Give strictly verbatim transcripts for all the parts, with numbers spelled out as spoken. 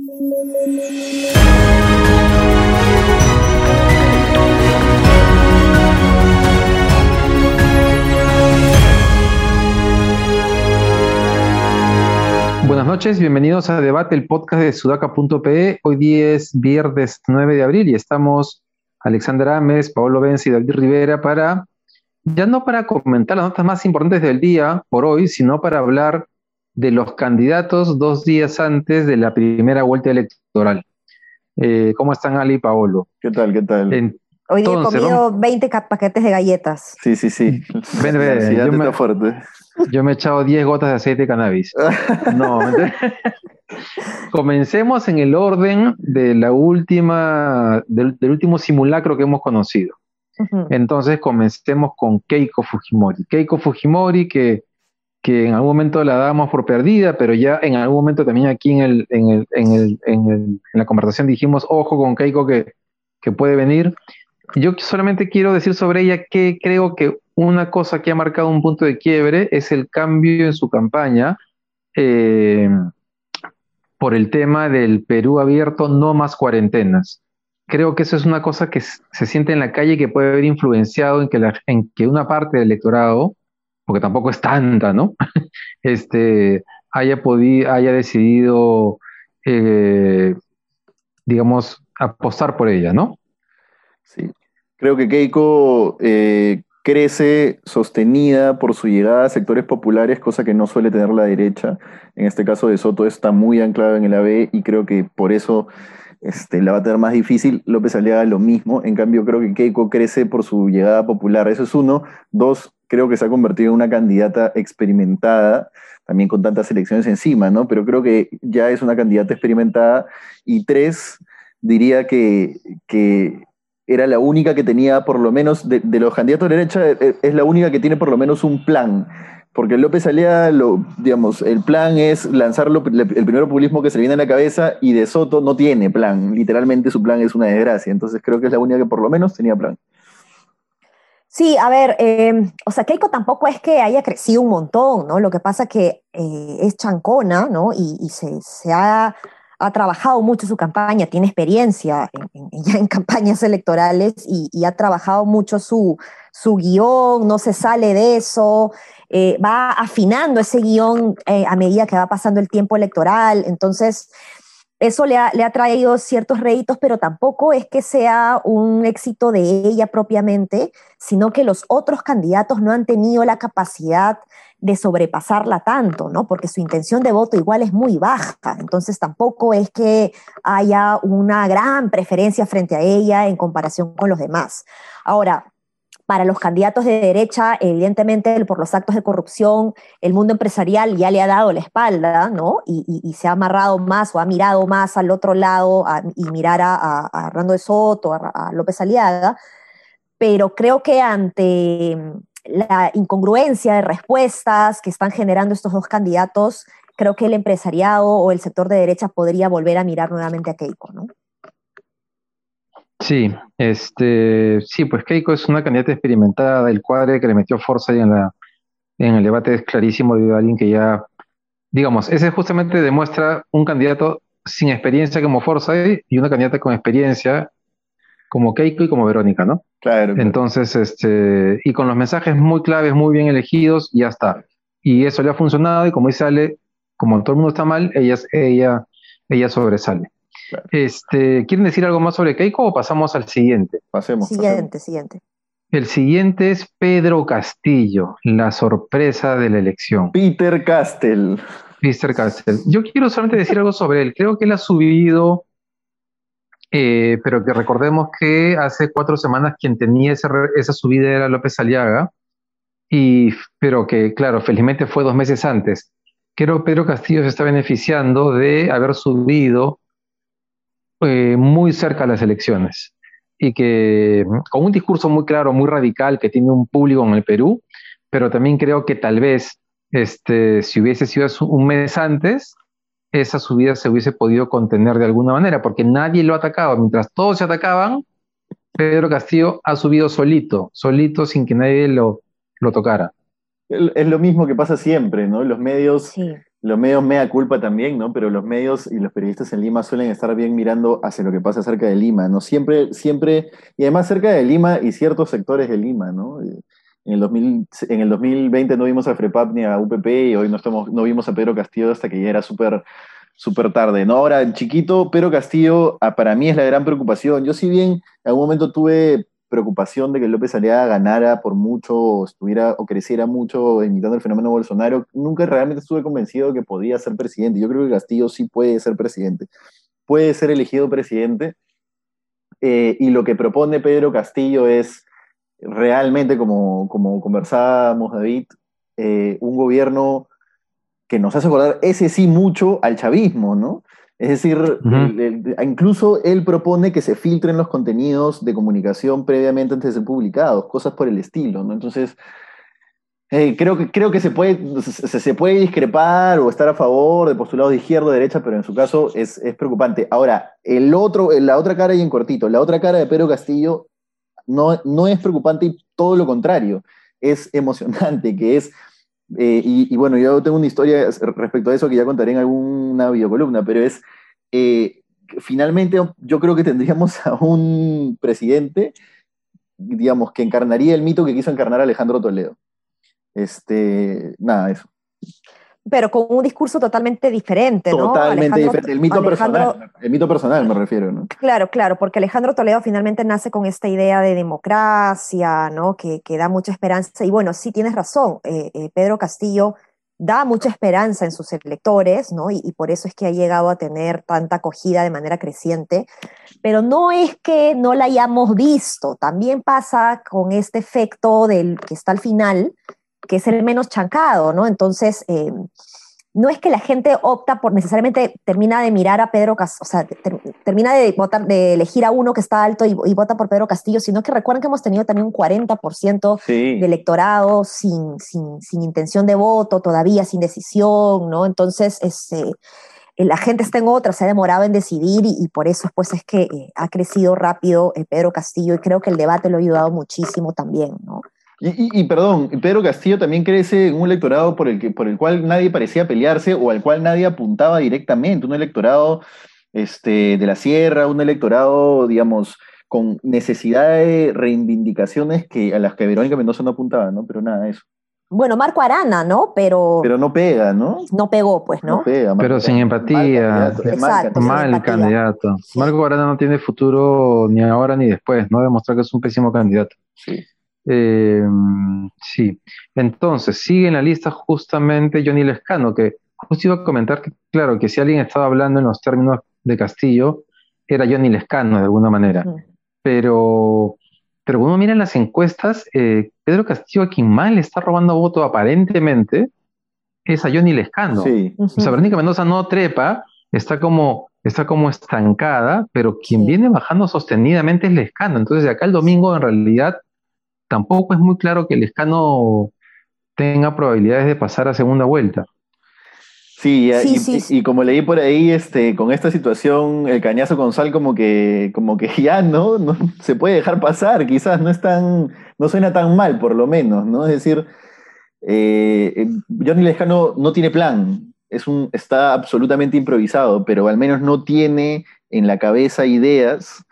Buenas noches, bienvenidos a Debate, el podcast de sudaca punto pe. Hoy día es viernes nueve de abril y estamos Alexander Ames, Paolo Benzi y David Rivera para, ya no para comentar las notas más importantes del día por hoy, sino para hablar de los candidatos dos días antes de la primera vuelta electoral. Eh, ¿Cómo están, Ali y Paolo? ¿Qué tal, qué tal? Hoy día he comido vamos... veinte paquetes de galletas. Sí, sí, sí. Ven, ven, yo, me, fuerte. yo me he echado diez gotas de aceite de cannabis. No, comencemos en el orden de la última, del, del último simulacro que hemos conocido. Uh-huh. Entonces comencemos con Keiko Fujimori. Keiko Fujimori que, que en algún momento la dábamos por perdida, pero ya en algún momento también aquí en, el, en, el, en, el, en, el, en la conversación dijimos, ojo con Keiko que, que puede venir. Yo solamente quiero decir sobre ella que creo que una cosa que ha marcado un punto de quiebre es el cambio en su campaña eh, por el tema del Perú abierto, no más cuarentenas. Creo que eso es una cosa que se siente en la calle y que puede haber influenciado en que, la, en que una parte del electorado, porque tampoco es tanta, ¿no? este, haya, podido, haya decidido, eh, digamos, apostar por ella, ¿no? Sí. Creo que Keiko eh, crece sostenida por su llegada a sectores populares, cosa que no suele tener la derecha. En este caso de Soto está muy anclado en el A B y creo que por eso este, la va a tener más difícil. López Aliaga lo mismo. En cambio, creo que Keiko crece por su llegada popular. Eso es uno. Dos, creo que se ha convertido en una candidata experimentada, también con tantas elecciones encima, ¿no? Pero creo que ya es una candidata experimentada. Y tres, diría que... que era la única que tenía, por lo menos, de, de los candidatos de derecha, es la única que tiene por lo menos un plan. Porque López Aliaga, lo, digamos, el plan es lanzar lo, el primer populismo que se le viene a la cabeza, y de Soto no tiene plan. Literalmente su plan es una desgracia. Entonces creo que es la única que por lo menos tenía plan. Sí, a ver, eh, o sea, Keiko tampoco es que haya crecido un montón, ¿no? Lo que pasa es que eh, es chancona, ¿no? Y, y se, se ha... ha trabajado mucho su campaña, tiene experiencia en, en, ya en campañas electorales y, y ha trabajado mucho su, su guión, no se sale de eso, eh, va afinando ese guión eh, a medida que va pasando el tiempo electoral. Entonces eso le ha, le ha traído ciertos réditos, pero tampoco es que sea un éxito de ella propiamente, sino que los otros candidatos no han tenido la capacidad de sobrepasarla tanto, ¿no? Porque su intención de voto igual es muy baja, entonces tampoco es que haya una gran preferencia frente a ella en comparación con los demás. Ahora, para los candidatos de derecha, evidentemente por los actos de corrupción, el mundo empresarial ya le ha dado la espalda, ¿no? Y, y, y se ha amarrado más o ha mirado más al otro lado a, y mirar a, a, a Hernando de Soto, a, a López Aliaga, pero creo que ante la incongruencia de respuestas que están generando estos dos candidatos, creo que el empresariado o el sector de derecha podría volver a mirar nuevamente a Keiko, ¿no? Sí, este, sí, pues Keiko es una candidata experimentada, el cuadre que le metió fuerza ahí en, la, en el debate es clarísimo de alguien que ya, digamos, ese justamente demuestra un candidato sin experiencia como Forsyth y una candidata con experiencia como Keiko y como Verónica, ¿no? Claro, claro. Entonces, este, y con los mensajes muy claves, muy bien elegidos, ya está. Y eso le ha funcionado y como dice Ale, como todo el mundo está mal, ella, ella, ella sobresale. Claro. Este, ¿quieren decir algo más sobre Keiko o pasamos al siguiente? Pasemos. Siguiente, pasemos. siguiente. El siguiente es Pedro Castillo, la sorpresa de la elección. Peter Castell. Peter Castell. Yo quiero solamente decir algo sobre él. Creo que él ha subido, eh, pero que recordemos que hace cuatro semanas quien tenía esa, esa subida era López Aliaga, y, pero que, claro, felizmente fue dos meses antes. Creo que Pedro Castillo se está beneficiando de haber subido eh, muy cerca a las elecciones y que con un discurso muy claro, muy radical, que tiene un público en el Perú, pero también creo que tal vez este, si hubiese sido un mes antes, esa subida se hubiese podido contener de alguna manera, porque nadie lo ha atacado. Mientras todos se atacaban, Pedro Castillo ha subido solito, solito sin que nadie lo, lo tocara. Es lo mismo que pasa siempre, ¿no? Los medios Sí. los medios mea culpa también, ¿no? Pero los medios y los periodistas en Lima suelen estar bien mirando hacia lo que pasa cerca de Lima, ¿no? Siempre, siempre, y además cerca de Lima y ciertos sectores de Lima, ¿no? Eh, En el, dos mil, en el dos mil veinte no vimos a FREPAP ni a U P P y hoy no, estamos, no vimos a Pedro Castillo hasta que ya era súper súper tarde, ¿no? Ahora, en chiquito, Pedro Castillo, ah, para mí es la gran preocupación. Yo si bien en algún momento tuve preocupación de que López Aliaga ganara por mucho o estuviera o creciera mucho imitando el fenómeno Bolsonaro, nunca realmente estuve convencido de que podía ser presidente. Yo creo que Castillo sí puede ser presidente. Puede ser elegido presidente eh, y lo que propone Pedro Castillo es realmente, como, como conversábamos, David, eh, un gobierno que nos hace acordar ese sí mucho al chavismo, ¿no? Es decir, Uh-huh. el, el, incluso él propone que se filtren los contenidos de comunicación previamente antes de ser publicados, cosas por el estilo, ¿no? Entonces, eh, creo, que, creo que se puede, se, se puede discrepar o estar a favor de postulados de izquierda o derecha, pero en su caso es, es preocupante. Ahora, el otro, la otra cara y en cortito, la otra cara de Pedro Castillo no, no es preocupante y todo lo contrario, es emocionante, que es Eh, y, y bueno, yo tengo una historia respecto a eso que ya contaré en alguna videocolumna, pero es, eh, finalmente yo creo que tendríamos a un presidente, digamos, que encarnaría el mito que quiso encarnar Alejandro Toledo. Este, nada, eso. Pero con un discurso totalmente diferente, ¿no? Totalmente Alejandro, diferente. El mito Alejandro, personal, el mito personal me refiero, ¿no? Claro, claro, porque Alejandro Toledo finalmente nace con esta idea de democracia, ¿no? Que, que da mucha esperanza. Y bueno, sí tienes razón, eh, eh, Pedro Castillo da mucha esperanza en sus electores, ¿no? Y, y por eso es que ha llegado a tener tanta acogida de manera creciente. Pero no es que no la hayamos visto, también pasa con este efecto del que está al final, que es el menos chancado, ¿no? Entonces, eh, no es que la gente opta por necesariamente termina de mirar a Pedro Castillo, o sea, ter, termina de, votar, de elegir a uno que está alto y, y vota por Pedro Castillo, sino que recuerden que hemos tenido también un cuarenta por ciento sí. de electorado sin, sin, sin intención de voto, todavía sin decisión, ¿no? Entonces, este, la gente está en otra, se ha demorado en decidir y, y por eso pues, es que eh, ha crecido rápido eh, Pedro Castillo y creo que el debate lo ha ayudado muchísimo también, ¿no? Y, y, y perdón, Pedro Castillo también crece en un electorado por el, que, por el cual nadie parecía pelearse o al cual nadie apuntaba directamente, un electorado este, de la sierra, un electorado, digamos, con necesidad de reivindicaciones que, a las que Verónica Mendoza no apuntaba, ¿no? Pero nada, eso. Bueno, Marco Arana, ¿no? Pero... Pero no pega, ¿no? No pegó, pues, ¿no? No pega. Pero Marco sin empatía. Exacto, mal, sin mal empatía. candidato. Sí. Marco Arana no tiene futuro ni ahora ni después, ¿no? Demostrar que es un pésimo candidato. Sí. Eh, sí. Entonces, sigue en la lista justamente Johnny Lescano, que justo iba a comentar que, claro, que si alguien estaba hablando en los términos de Castillo, era Johnny Lescano de alguna manera. Uh-huh. Pero, pero cuando uno mira en las encuestas, eh, Pedro Castillo, a quien más le está robando voto aparentemente, es a Johnny Lescano. Sí. Uh-huh. O sea, Verónica Mendoza no trepa, está como, está como estancada, pero quien sí. viene bajando sostenidamente es Lescano. Entonces, de acá el domingo, en realidad, tampoco es muy claro que Lescano tenga probabilidades de pasar a segunda vuelta. Sí, sí, y, sí, sí. y como leí por ahí, este, con esta situación, el cañazo con sal como que, como que ya no, no se puede dejar pasar, quizás no es tan, no suena tan mal, por lo menos, ¿no? Es decir, eh, Johnny Lescano no tiene plan, es un, está absolutamente improvisado, pero al menos no tiene en la cabeza ideas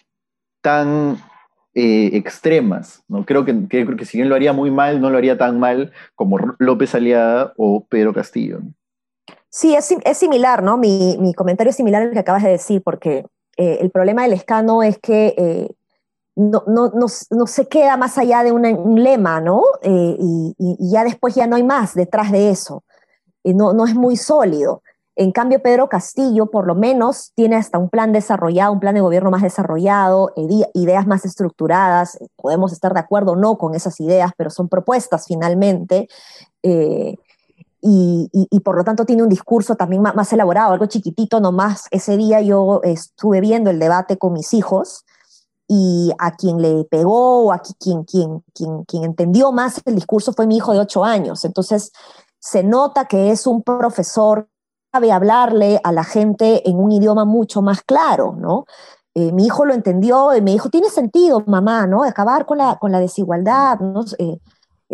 tan eh, extremas, ¿no? Creo que, creo que si bien lo haría muy mal, no lo haría tan mal como López Aliaga o Pedro Castillo, ¿no? Sí, es, es similar, ¿no? Mi, mi comentario es similar al que acabas de decir, porque eh, el problema del Lescano es que eh, no, no, no, no se queda más allá de una, un lema, ¿no? Eh, y, y ya después ya no hay más detrás de eso. Eh, no, no es muy sólido. En cambio, Pedro Castillo, por lo menos, tiene hasta un plan desarrollado, un plan de gobierno más desarrollado, ideas más estructuradas. Podemos estar de acuerdo o no con esas ideas, pero son propuestas finalmente. Eh, Y, y, y por lo tanto tiene un discurso también más, más elaborado, algo chiquitito nomás. Ese día yo estuve viendo el debate con mis hijos y a quien le pegó o a quien, quien, quien, quien entendió más el discurso fue mi hijo de ocho años. Entonces se nota que es un profesor que sabe hablarle a la gente en un idioma mucho más claro, ¿no? Eh, mi hijo lo entendió y me dijo, tiene sentido, mamá, ¿no? Acabar con la, con la desigualdad, ¿no? Eh, eh,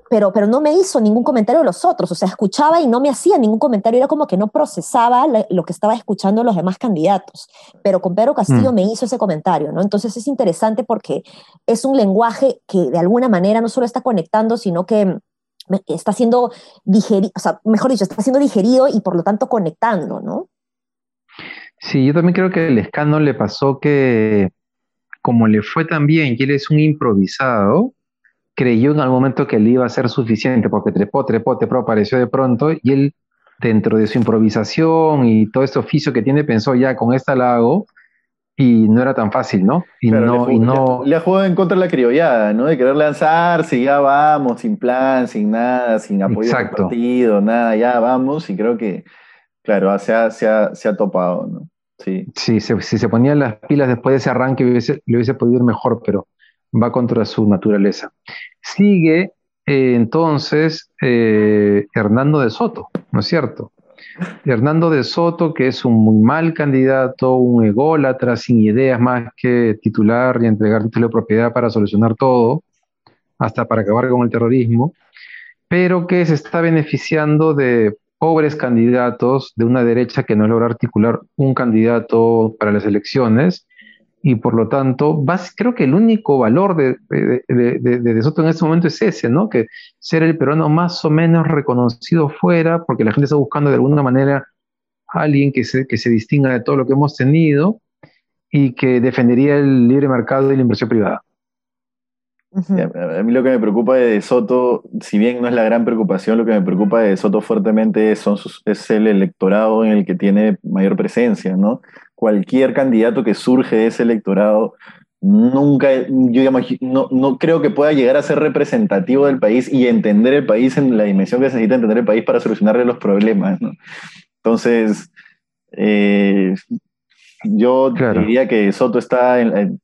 pero, pero no me hizo ningún comentario de los otros, o sea, escuchaba y no me hacía ningún comentario, era como que no procesaba la, lo que estaba escuchando los demás candidatos, pero con Pedro Castillo mm. me hizo ese comentario, ¿no? Entonces es interesante porque es un lenguaje que de alguna manera no solo está conectando, sino que está siendo digerido, o sea, mejor dicho, está siendo digerido y por lo tanto conectando, ¿no? Sí, yo también creo que el Lescano le pasó que, como le fue tan bien y él es un improvisado, creyó en algún momento que le iba a ser suficiente, porque trepó, trepó, trepó, apareció de pronto, y él, dentro de su improvisación y todo este oficio que tiene, pensó, ya, con esta la hago, y no era tan fácil, ¿no? Y claro, no, le, jugó, y no... le, le ha jugado en contra de la criollada, ¿no? De querer lanzarse, ya vamos, sin plan, sin nada, sin apoyo del partido, nada, ya vamos, y creo que, claro, se ha, se ha, se ha topado, ¿no? Sí. Sí, se, si se ponían las pilas después de ese arranque, hubiese, le hubiese podido ir mejor, pero va contra su naturaleza. Sigue eh, entonces eh, Hernando de Soto, ¿no es cierto? Hernando de Soto, que es un muy mal candidato, un ególatra, sin ideas más que titular y entregar título de propiedad para solucionar todo, hasta para acabar con el terrorismo, pero que se está beneficiando de pobres candidatos de una derecha que no logra articular un candidato para las elecciones, y por lo tanto, vas, creo que el único valor de, de, de, de, de Soto en este momento es ese, ¿no? Que ser el peruano más o menos reconocido fuera, porque la gente está buscando de alguna manera a alguien que se, que se distinga de todo lo que hemos tenido y que defendería el libre mercado y la inversión privada. Uh-huh. A mí lo que me preocupa de Soto, si bien no es la gran preocupación, lo que me preocupa de Soto fuertemente son sus, es el electorado en el que tiene mayor presencia, ¿no? Cualquier candidato que surge de ese electorado, nunca, yo digamos, no, no creo que pueda llegar a ser representativo del país y entender el país en la dimensión que se necesita entender el país para solucionarle los problemas, ¿no? Entonces, eh, yo claro. diría que Soto está en, en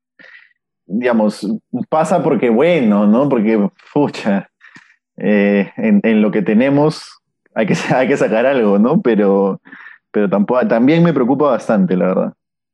digamos, pasa porque bueno, ¿no? Porque, pucha, eh, en, en lo que tenemos hay que, hay que sacar algo, ¿no? Pero, pero tampoco, también me preocupa bastante, la verdad.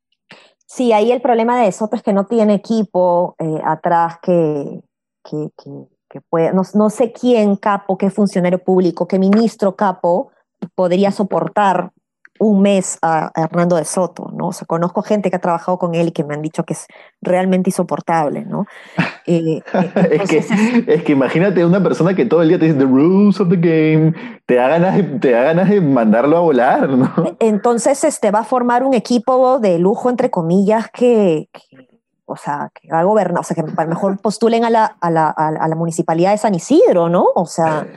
Sí, ahí el problema de Soto es que no tiene equipo eh, atrás que, que, que, que pueda, no, no sé quién capo, qué funcionario público, qué ministro capo podría soportar un mes a Hernando de Soto, ¿no? O sea, conozco gente que ha trabajado con él y que me han dicho que es realmente insoportable, ¿no? Eh, es, que, es... es que imagínate una persona que todo el día te dice the rules of the game, te da ganas de, te da ganas de mandarlo a volar, ¿no? Entonces este, va a formar un equipo de lujo, entre comillas, que, que o sea, que va a gobernar, o sea, que a lo mejor postulen a la, a, la, a la municipalidad de San Isidro, ¿no? O sea...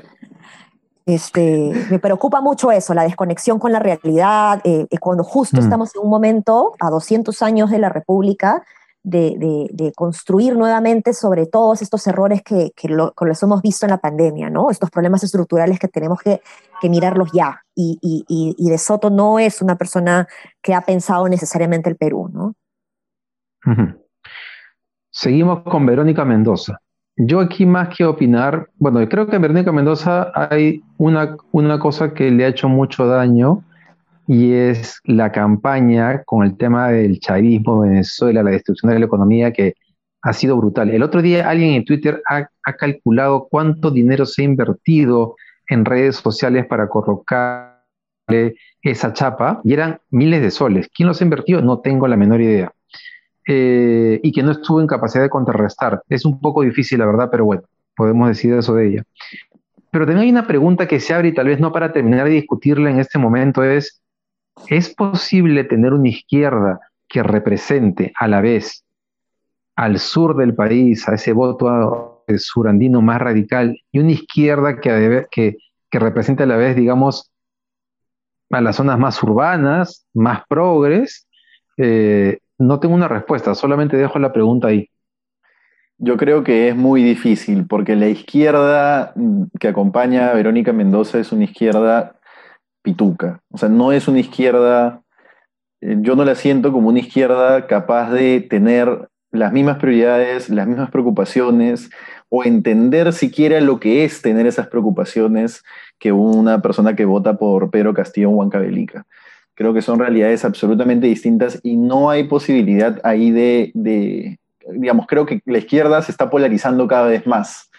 Este, me preocupa mucho eso, la desconexión con la realidad, eh, cuando justo mm. estamos en un momento, a doscientos años de la República, de, de, de construir nuevamente sobre todos estos errores que, que, lo, que los hemos visto en la pandemia, ¿no? Estos problemas estructurales que tenemos que, que mirarlos ya. Y, y, y De Soto no es una persona que ha pensado necesariamente el Perú, ¿no? Uh-huh. Seguimos con Verónica Mendoza. Yo aquí más que opinar, bueno, creo que en Verónica Mendoza hay una, una cosa que le ha hecho mucho daño y es la campaña con el tema del chavismo, Venezuela, la destrucción de la economía que ha sido brutal. El otro día alguien en Twitter ha, ha calculado cuánto dinero se ha invertido en redes sociales para colocarle esa chapa y eran miles de soles. ¿Quién los ha invertido? No tengo la menor idea. Eh, y que no estuvo en capacidad de contrarrestar. Es un poco difícil, la verdad, pero bueno, podemos decir eso de ella. Pero también hay una pregunta que se abre y tal vez no para terminar de discutirla en este momento es, ¿es posible tener una izquierda que represente a la vez al sur del país, a ese voto surandino más radical, y una izquierda que, que, que represente a la vez, digamos, a las zonas más urbanas, más progres? Eh, No tengo una respuesta, solamente dejo la pregunta ahí. Yo creo que es muy difícil, porque la izquierda que acompaña a Verónica Mendoza es una izquierda pituca. O sea, no es una izquierda, yo no la siento como una izquierda capaz de tener las mismas prioridades, las mismas preocupaciones, o entender siquiera lo que es tener esas preocupaciones que una persona que vota por Pedro Castillo o Huancavelica. Creo que son realidades absolutamente distintas y no hay posibilidad ahí de, de, digamos, creo que la izquierda se está polarizando cada vez más.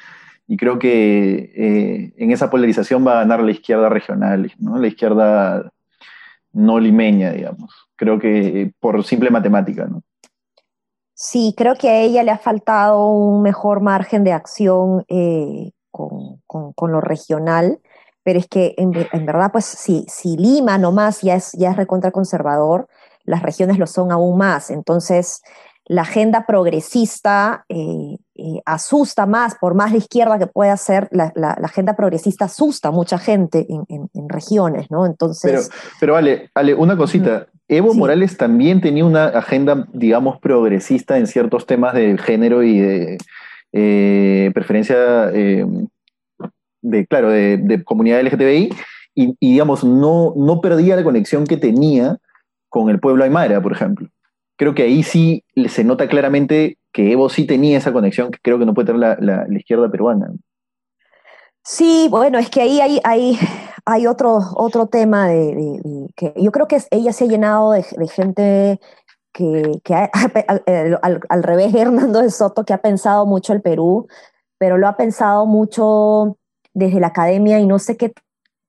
y creo que eh, en esa polarización va a ganar la izquierda regional, ¿no? La izquierda no limeña, digamos. Creo que por simple matemática, ¿no? Sí, creo que a ella le ha faltado un mejor margen de acción eh, con, con- con lo regional, pero es que en, ve- en verdad, pues si, si Lima nomás ya es, ya es recontra conservador, las regiones lo son aún más. Entonces, la agenda progresista eh, eh, asusta más, por más de izquierda que pueda ser, la, la- la agenda progresista asusta a mucha gente en, en- en regiones, ¿no? Pero, Entonces, pero Ale, Ale, una ujú, cosita. Evo sí. Morales también tenía una agenda, digamos, progresista en ciertos temas de género y de eh, preferencia eh, de, claro, de, de comunidad L G T B I, y, y, digamos, no, no perdía la conexión que tenía con el pueblo aymara, por ejemplo. Creo que ahí sí se nota claramente que Evo sí tenía esa conexión que creo que no puede tener la, la- la izquierda peruana. Sí, bueno, es que ahí hay, hay, hay otro, otro tema de, de- de que yo creo que es- ella se ha llenado de, de gente que, que ha- al, al- al revés de Hernando de Soto, que ha pensado mucho el Perú, pero lo ha pensado mucho desde la academia y no sé qué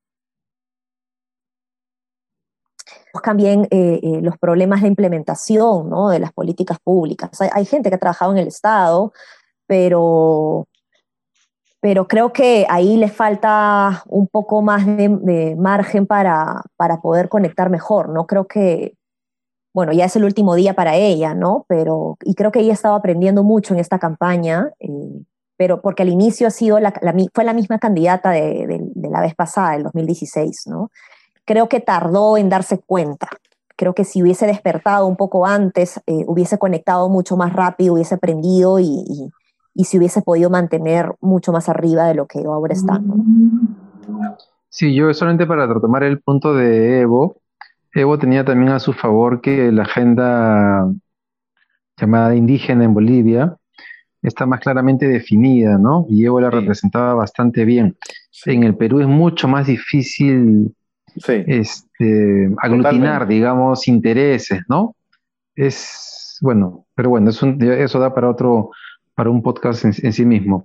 buscan bien eh, eh, los problemas de implementación, ¿no? De las políticas públicas. Hay, hay gente que ha trabajado en el Estado, pero pero creo que ahí le falta un poco más de, de margen para, para poder conectar mejor, ¿no? Creo que, bueno, ya es el último día para ella, ¿no? Pero, y creo que ella ha estado aprendiendo mucho en esta campaña, eh, pero porque al inicio ha sido la, la, fue la misma candidata de, de, de la vez pasada, el dos mil dieciséis, ¿no? Creo que tardó en darse cuenta. Creo que si hubiese despertado un poco antes, eh, hubiese conectado mucho más rápido, hubiese aprendido y, y, y se hubiese podido mantener mucho más arriba de lo que ahora está, ¿no? Sí, yo solamente para retomar el punto de Evo, Evo tenía también a su favor que la agenda llamada indígena en Bolivia está más claramente definida, ¿no? Y Evo la Sí, representaba bastante bien. En sí, el Perú es mucho más difícil sí, este, aglutinar, totalmente. digamos, intereses, ¿no? Es, bueno, pero bueno, es un- eso da para otro, para un podcast en, en sí mismo.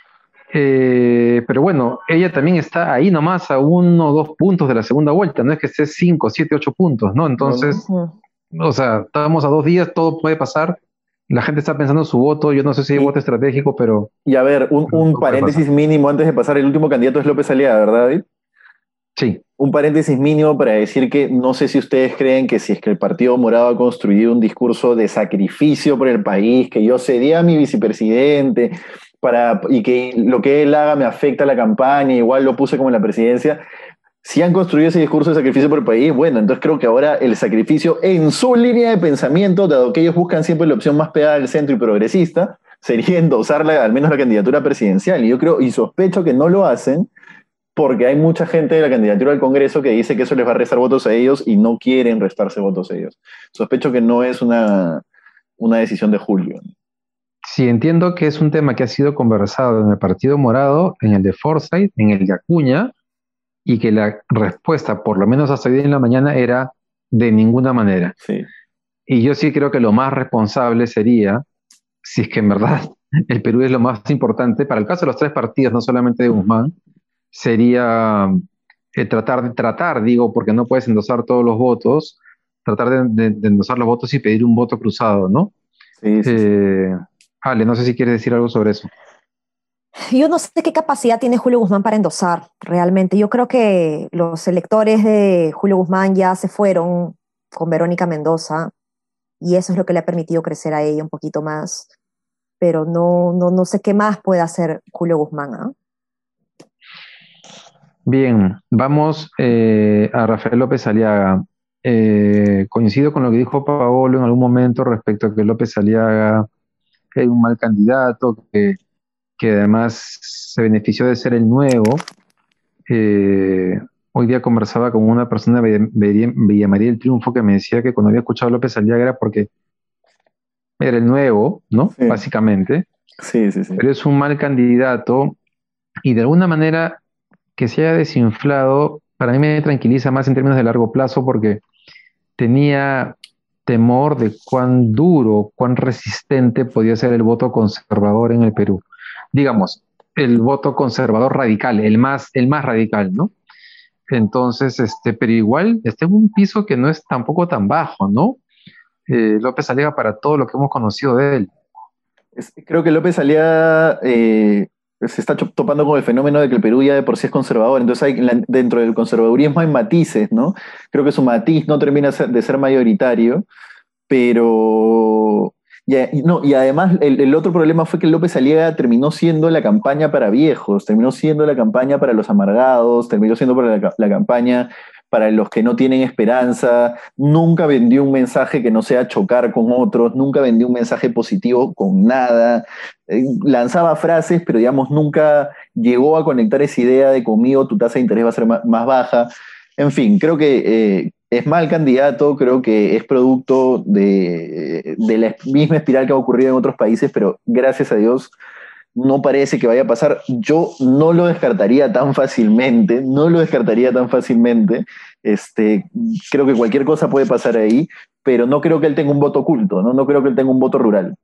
Eh, pero bueno, ella también está ahí nomás a uno o dos puntos de la segunda vuelta, no es que esté cinco, siete, ocho puntos, ¿no? No, no. Entonces, Ujú. o sea, estamos a dos días, todo puede pasar. La gente está pensando en su voto, yo no sé si hay Y, voto estratégico, pero, y a ver, un, pero un todo puede pasar. paréntesis mínimo antes de pasar. El último candidato es López Aliaga, ¿verdad, David? Sí, Un paréntesis mínimo para decir que no sé si ustedes creen que si es que el Partido Morado ha construido un discurso de sacrificio por el país, que yo cedí a mi vicepresidente para, y que lo que él haga me afecta a la campaña, igual lo puse como en la presidencia. Si han construido ese discurso de sacrificio por el país, bueno, entonces creo que ahora el sacrificio en su línea de pensamiento, dado que ellos buscan siempre la opción más pegada al centro y progresista, sería endosar la- al menos la candidatura presidencial. Y yo creo y sospecho que no lo hacen porque hay mucha gente de la candidatura al Congreso que dice que eso les va a restar votos a ellos y no quieren restarse votos a ellos. Sospecho que no es una, una decisión de Julio. sí, entiendo que es un tema que ha sido conversado en el Partido Morado, en el de Forsyth, en el de Acuña, y que la respuesta, por lo menos hasta hoy en la mañana, era de ninguna manera. Sí, Y yo sí creo que lo más responsable sería, si es que en verdad el Perú es lo más importante, para el caso de los tres partidos, no solamente de Guzmán, sería eh, tratar de tratar, digo, porque no puedes endosar todos los votos, tratar de, de- de endosar los votos y pedir un voto cruzado, ¿no? sí, sí, sí. Eh, Ale, no sé si quieres decir algo sobre eso. Yo no sé qué capacidad tiene Julio Guzmán para endosar realmente. Yo creo que los electores de Julio Guzmán ya se fueron con Verónica Mendoza y eso es lo que le ha permitido crecer a ella un poquito más. Pero no, no, no sé qué más puede hacer Julio Guzmán, ¿ah? Bien, vamos eh, a Rafael López Aliaga. Eh, coincido con lo que dijo Paolo en algún momento respecto a que López Aliaga es un mal candidato, que, que además se benefició de ser el nuevo. Eh, Hoy día conversaba con una persona de Villa Villa María del Triunfo que me decía que cuando había escuchado a López Aliaga era porque era el nuevo, ¿no? Sí, Básicamente, sí, sí, sí. pero es un mal candidato y de alguna manera que se haya desinflado, para mí me tranquiliza más en términos de largo plazo porque tenía temor de cuán duro, cuán resistente podía ser el voto conservador en el Perú. Digamos, el voto conservador radical, el más, el más radical, ¿no? Entonces, este, pero igual está en un piso que no es tampoco tan bajo, ¿no? Eh, López Aliaga para todo lo que hemos conocido de él. Es- creo que López Aliaga eh, se está cho- topando con el fenómeno de que el Perú ya de por sí es conservador, entonces hay, en la- dentro del conservadurismo hay matices, ¿no? Creo que su matiz no termina ser- de ser mayoritario, pero... Y, a- y no, y además el, el otro problema fue que López Aliaga terminó siendo la campaña para viejos, terminó siendo la campaña para los amargados, terminó siendo para la, ca- la campaña para los que no tienen esperanza, nunca vendió un mensaje que no sea chocar con otros, nunca vendió un mensaje positivo con nada, eh, lanzaba frases, pero digamos nunca llegó a conectar esa idea de conmigo tu tasa de interés va a ser ma- más baja. En fin, creo que eh, es mal candidato, creo que es producto de, de la misma espiral que ha ocurrido en otros países, pero gracias a Dios no parece que vaya a pasar. Yo no lo descartaría tan fácilmente, no lo descartaría tan fácilmente. Este, creo que cualquier cosa puede pasar ahí, pero no creo que él tenga un voto oculto, ¿no? No creo que él tenga un voto rural.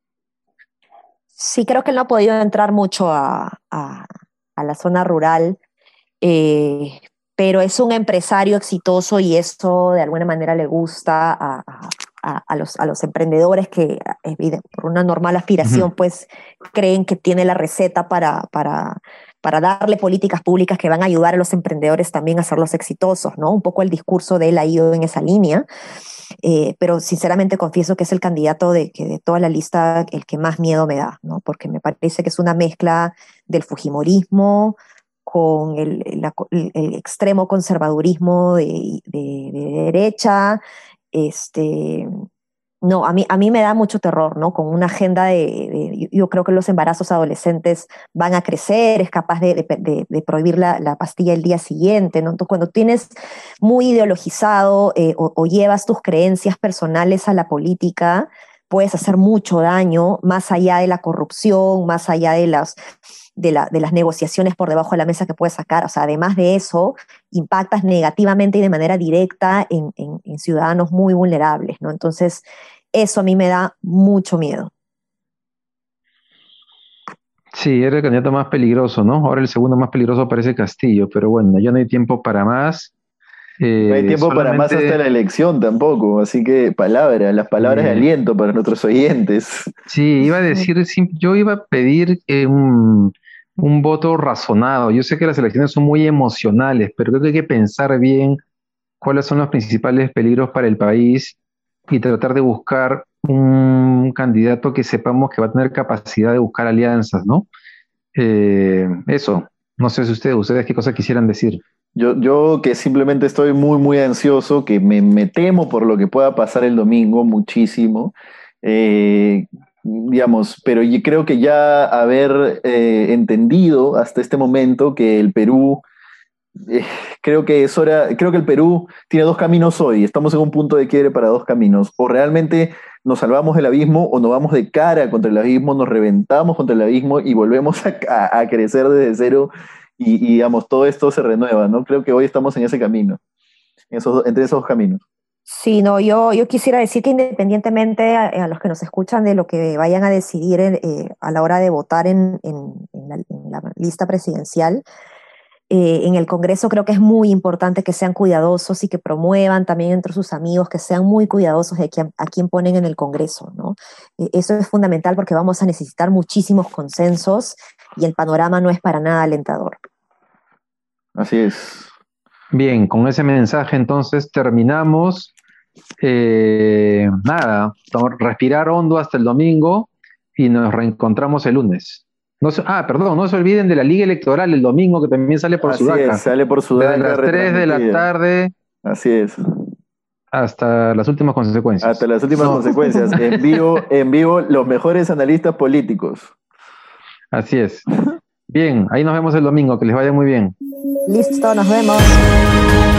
Sí, creo que él no ha podido entrar mucho a, a- a la zona rural, eh, pero es un empresario exitoso y eso de alguna manera le gusta a, a- a- a los, a los emprendedores que eh, por una normal aspiración Ujú. pues creen que tiene la receta para, para, para darle políticas públicas que van a ayudar a los emprendedores también a hacerlos exitosos, ¿no? Un poco el discurso de él ha ido en esa línea. Eh, pero sinceramente confieso que es el candidato de, que de toda la lista el que más miedo me da, ¿no? Porque me parece que es una mezcla del fujimorismo con el, la- el- el extremo conservadurismo de, de- de derecha. Este, no, a mí, a mí me da mucho terror, ¿no? Con una agenda de, de- yo, yo creo que los embarazos adolescentes van a crecer, es capaz de, de- de- de prohibir la, la pastilla el día siguiente, ¿no? Entonces, cuando tienes muy ideologizado eh, o, o llevas tus creencias personales a la política, puedes hacer mucho daño, más allá de la corrupción, más allá de las, de la- de las negociaciones por debajo de la mesa que puedes sacar. O sea, además de eso, impactas negativamente y de manera directa en, en- en ciudadanos muy vulnerables, ¿no? Entonces, eso a mí me da mucho miedo. Sí, era el candidato más peligroso, ¿no? Ahora el segundo más peligroso parece Castillo, pero bueno, ya no hay tiempo para más. Y no hay Eh, tiempo para más hasta solamente, la elección tampoco, así que palabras, las palabras de eh, aliento para nuestros oyentes. sí, iba a decir, sim- yo iba a pedir eh, un, un voto razonado. Yo sé que las elecciones son muy emocionales, pero creo que hay que pensar bien cuáles son los principales peligros para el país y tratar de buscar un candidato que sepamos que va a tener capacidad de buscar alianzas, ¿no? Eh, eso, no sé si ustedes, ustedes qué cosa quisieran decir. Yo, yo que simplemente estoy muy, muy ansioso, que me, me temo por lo que pueda pasar el domingo muchísimo, eh, digamos, pero yo creo que ya haber eh, entendido hasta este momento que el Perú, eh, creo que es hora, creo que el Perú tiene dos caminos hoy, estamos en un punto de quiebre para dos caminos, o realmente nos salvamos del abismo o nos vamos de cara contra el abismo, nos reventamos contra el abismo y volvemos a, a- a crecer desde cero y, y, digamos, todo esto se renueva, ¿no? Creo que hoy estamos en ese camino, en esos, do- entre esos dos caminos. Sí, no, yo, yo quisiera decir que independientemente a, a los que nos escuchan de lo que vayan a decidir eh, a la hora de votar en, en- en la, en la lista presidencial, eh, en el Congreso creo que es muy importante que sean cuidadosos y que promuevan también entre sus amigos, que sean muy cuidadosos de quién, a quién ponen en el Congreso, ¿no? Eh, eso es fundamental porque vamos a necesitar muchísimos consensos y el panorama no es para nada alentador. Así es. Bien, con ese mensaje entonces terminamos. Eh, nada, to- respirar hondo hasta el domingo y nos reencontramos el lunes. No se- ah, perdón, no se olviden de la Liga Electoral el domingo que también sale por Así es, Sudaca, sale por desde Sudaca las tres de la retransmitida. tarde Así es. hasta las últimas Hasta consecuencias. las últimas No, consecuencias. En vivo, en vivo, los mejores analistas políticos. así es. Bien, ahí nos vemos el domingo, que les vaya muy bien. Listo, nos vemos.